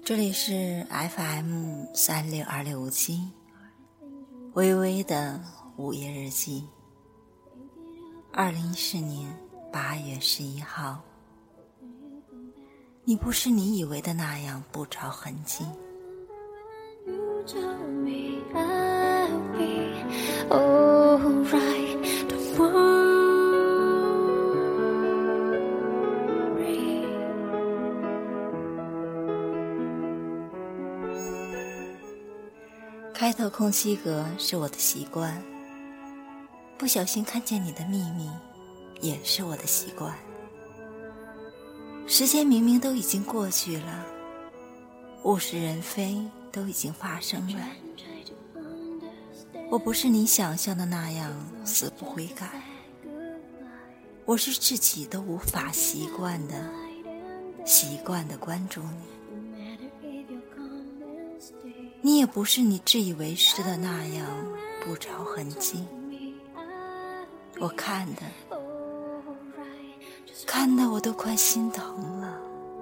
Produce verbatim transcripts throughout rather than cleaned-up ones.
这里是 F M 三六二六五七，微微的午夜日记。二零一四年八月十一号，你不是你以为的那样不着痕迹。开头空隙格是我的习惯，不小心看见你的秘密也是我的习惯。时间明明都已经过去了，物是人非都已经发生了，我不是你想象的那样死不悔改，我是自己都无法习惯的习惯的关注你。你也不是你自以为是的那样不着痕迹，我看的看的我都快心疼了。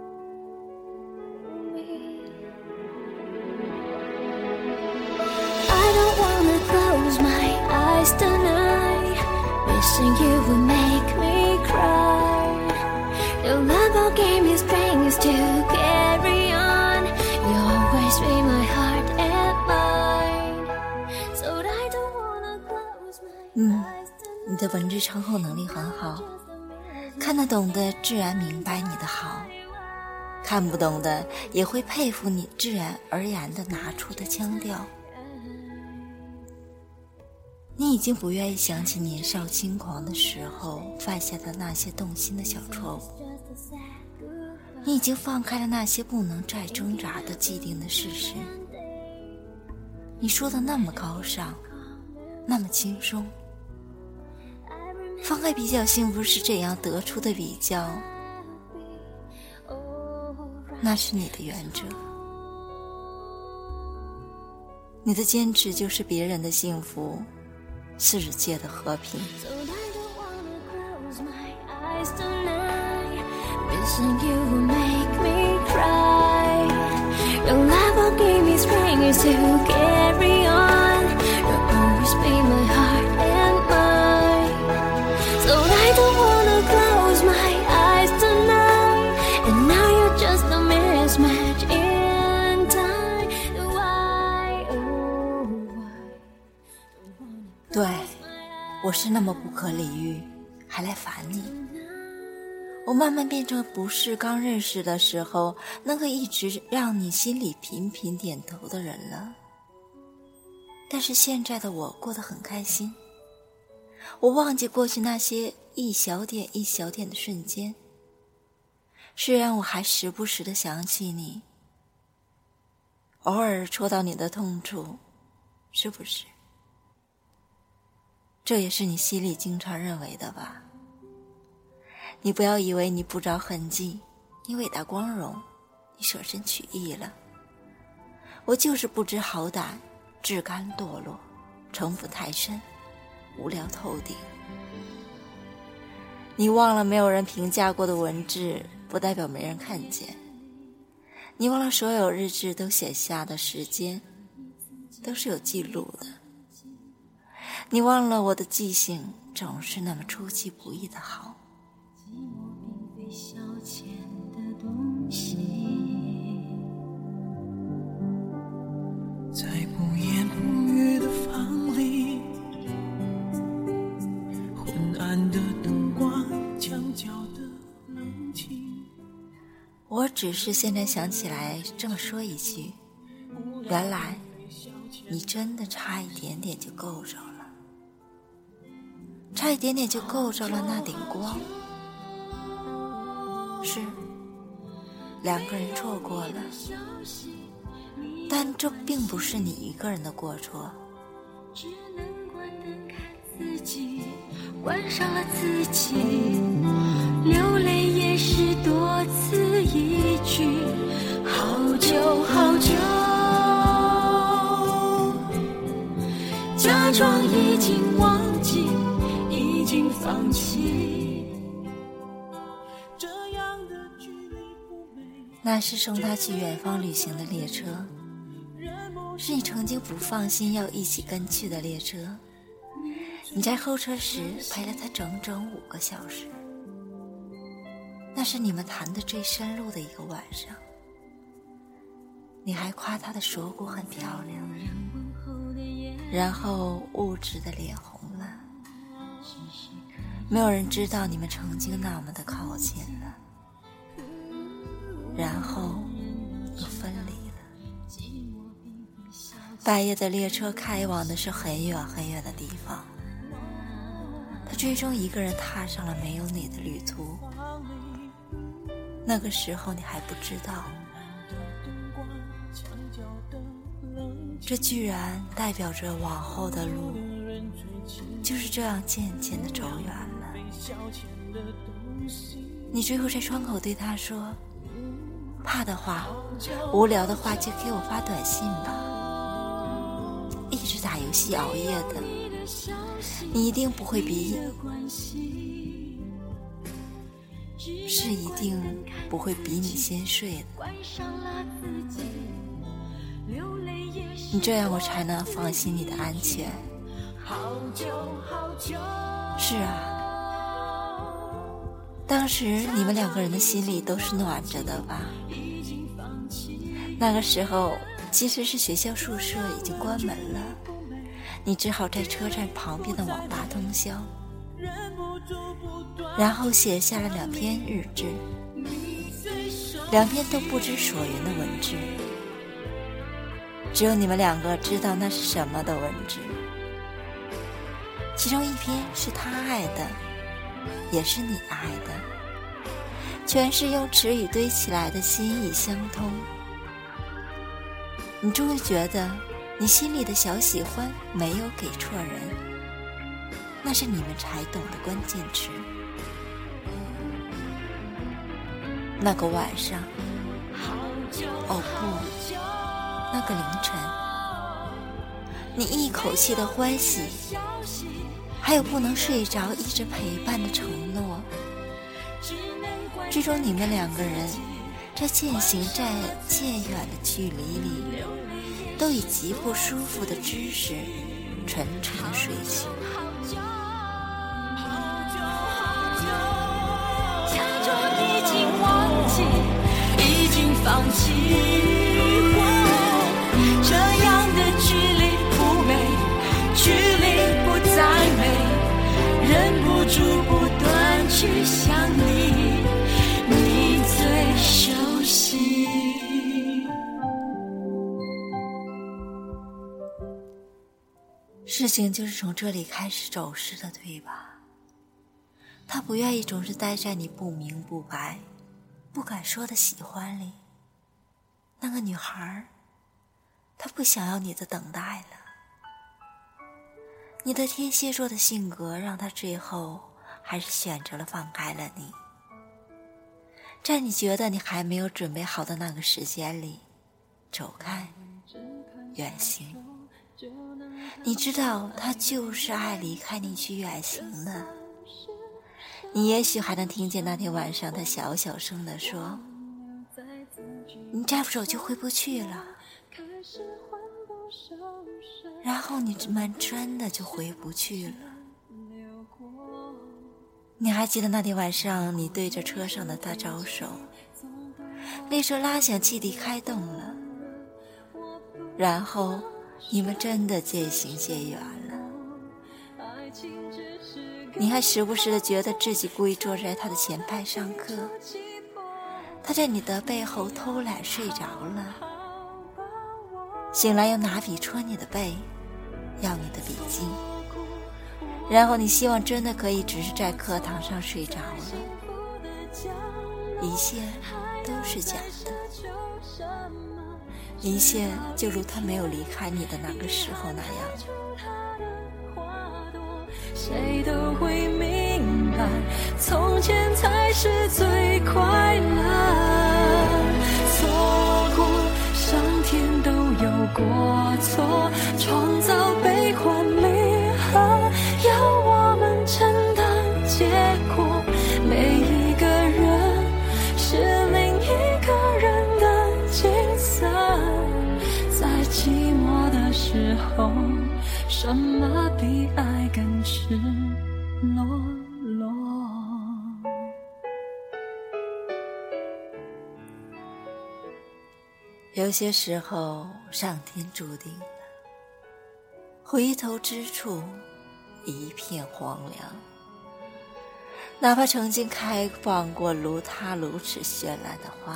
I don't wanna close my eyes tonight, wishing you would make me cry. Your love all gave me strings to carry on, you always be my heart and mind. So I don't wanna close my 嗯 eyes 你的文字称后能力很好，看得懂的自然明白你的好，看不懂的也会佩服你自然而然地拿出的腔调。你已经不愿意想起年少轻狂的时候犯下的那些动心的小错误，你已经放开了那些不能再挣扎的既定的事实。你说的那么高尚，那么轻松，放开比较幸福是这样得出的比较，那是你的原则。你的坚持就是别人的幸福，世界的和平。 So I don't wanna close my eyes tonight, wishing you would make me cry. Your love will give me strings to carry on, you'll always be my heart and mind. So I don't wanna close my eyes tonight, and now you're just a mismatch in time. Why, oh why? 对，我是那么不可理喻，还来烦你。我慢慢变成不是刚认识的时候那个一直让你心里频频点头的人了。但是现在的我过得很开心，我忘记过去那些一小点一小点的瞬间，虽然我还时不时地想起你，偶尔戳到你的痛处，是不是？这也是你心里经常认为的吧？你不要以为你不着痕迹，你伟大光荣，你舍身取义了。我就是不知好歹，自甘堕落，城府太深，无聊透顶。你忘了没有人评价过的文字，不代表没人看见。你忘了所有日志都写下的时间，都是有记录的。你忘了我的记性总是那么出其不意的好。 寂寞并非消遣的东西， 在不言不语的房里，昏暗的灯光，墙角的冷清。 我只是现在想起来这么说一句，原来你真的差一点点就够着了，差一点点就够着了那顶光。是，两个人错过了，但这并不是你一个人的过错。 只能关灯看自己，关上了自己，流泪也是多此一举。好久好久，假装已经忘记，已经放弃。 这样的距离不美， 那是送他去远方旅行的列车，是你曾经不放心要一起跟去的列车。你在候车时陪了他整整五个小时，那是你们谈得最深入的一个晚上。你还夸他的锁骨很漂亮，然后物质的脸红了。没有人知道你们曾经那么的靠近了，然后又分离了。半夜的列车开往的是很远很远的地方，他最终一个人踏上了没有你的旅途。那个时候你还不知道，这居然代表着往后的路就是这样渐渐地走远了。你最后在窗口对他说，怕的话无聊的话就给我发短信吧。一直打游戏熬夜的你一定不会比是一定不会比你先睡的，你这样我才能放心你的安全。是啊，当时你们两个人的心里都是暖着的吧。那个时候其实是学校宿舍已经关门了，你只好在车站旁边的网吧通宵，然后写下了两篇日志，两篇都不知所云的文字，只有你们两个知道那是什么的文字。其中一篇是他爱的，也是你爱的，全是用词语堆起来的心意相通。你终于觉得你心里的小喜欢没有给错人，那是你们才懂的关键词。那个晚上，哦不，那个凌晨，你一口气的欢喜，还有不能睡着一直陪伴的承诺。最终你们两个人在渐行在渐远的距离里，都以极不舒服的姿势沉沉的睡去。 假装已经忘记，已经放弃，这样的距离不美，距离不再美，忍不住不断去想你，你最熟悉。 事情就是从这里开始走失的，对吧？他不愿意总是待在你不明不白不敢说的喜欢里。那个女孩，她不想要你的等待了。你的天蝎座的性格让她最后还是选择了放开了你。在你觉得你还没有准备好的那个时间里走开远行。你知道他就是爱离开你去远行的。你也许还能听见那天晚上他小小声地说，你再不走就回不去了。然后你们真的就回不去了。你还记得那天晚上你对着车上的他招手，列车拉响，汽笛开动了，然后你们真的渐行渐远了。你还时不时的觉得自己故意坐在他的前排上课，他在你的背后偷懒睡着了，醒来又拿笔戳你的背，要你的笔记，然后你希望真的可以只是在课堂上睡着了。一切都是假的，一切就如他没有离开你的那个时候那样。 谁都会明白，从前才是最快乐。错过，上天都有过错，创造悲欢离合，要我们承担结果。每一个人是另一个人候，什么比爱更赤裸裸？ 有些时候，上天注定了，回头之处一片荒凉。哪怕曾经开放过如它如此绚烂的花，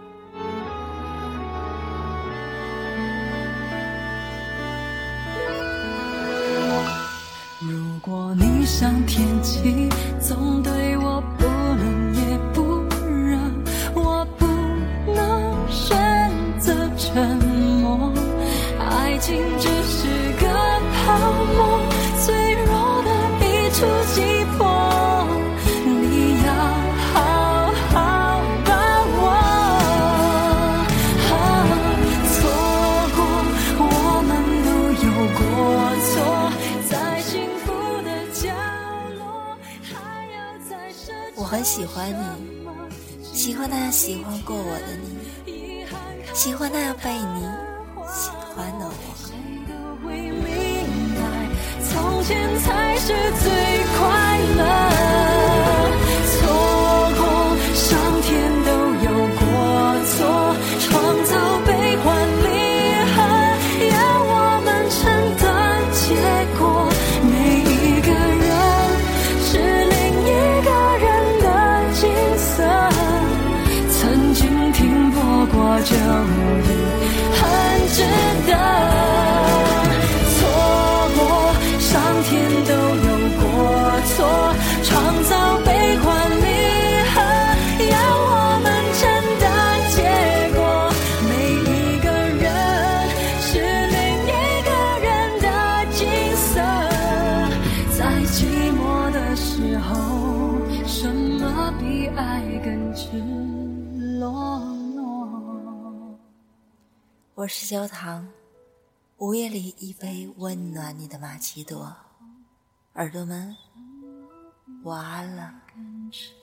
如果你像天气，总对我不冷也不热，我不能选择沉默。爱情只是个泡沫，脆弱的一触即破，你要好好把握。啊，错过，我们都有过错，在幸福的角落，还要再奢求。 我很喜欢你，喜欢那样喜欢过我的你，喜欢那样被你喜欢的我。 谁都会明白，从前才是最快乐。错过，上天都有过错，创造悲欢离合，要我们承担结果。每一个人是另一个人的景色，曾经停泊过就已很值得。错过，上天都有过错，创造悲欢离合，要我们承担结果。每一个人是另一个人的景色，在寂寞的时候，什么比爱更赤裸裸？ 我是焦糖，午夜里一杯温暖你的玛奇朵，耳朵们晚安了。 更赤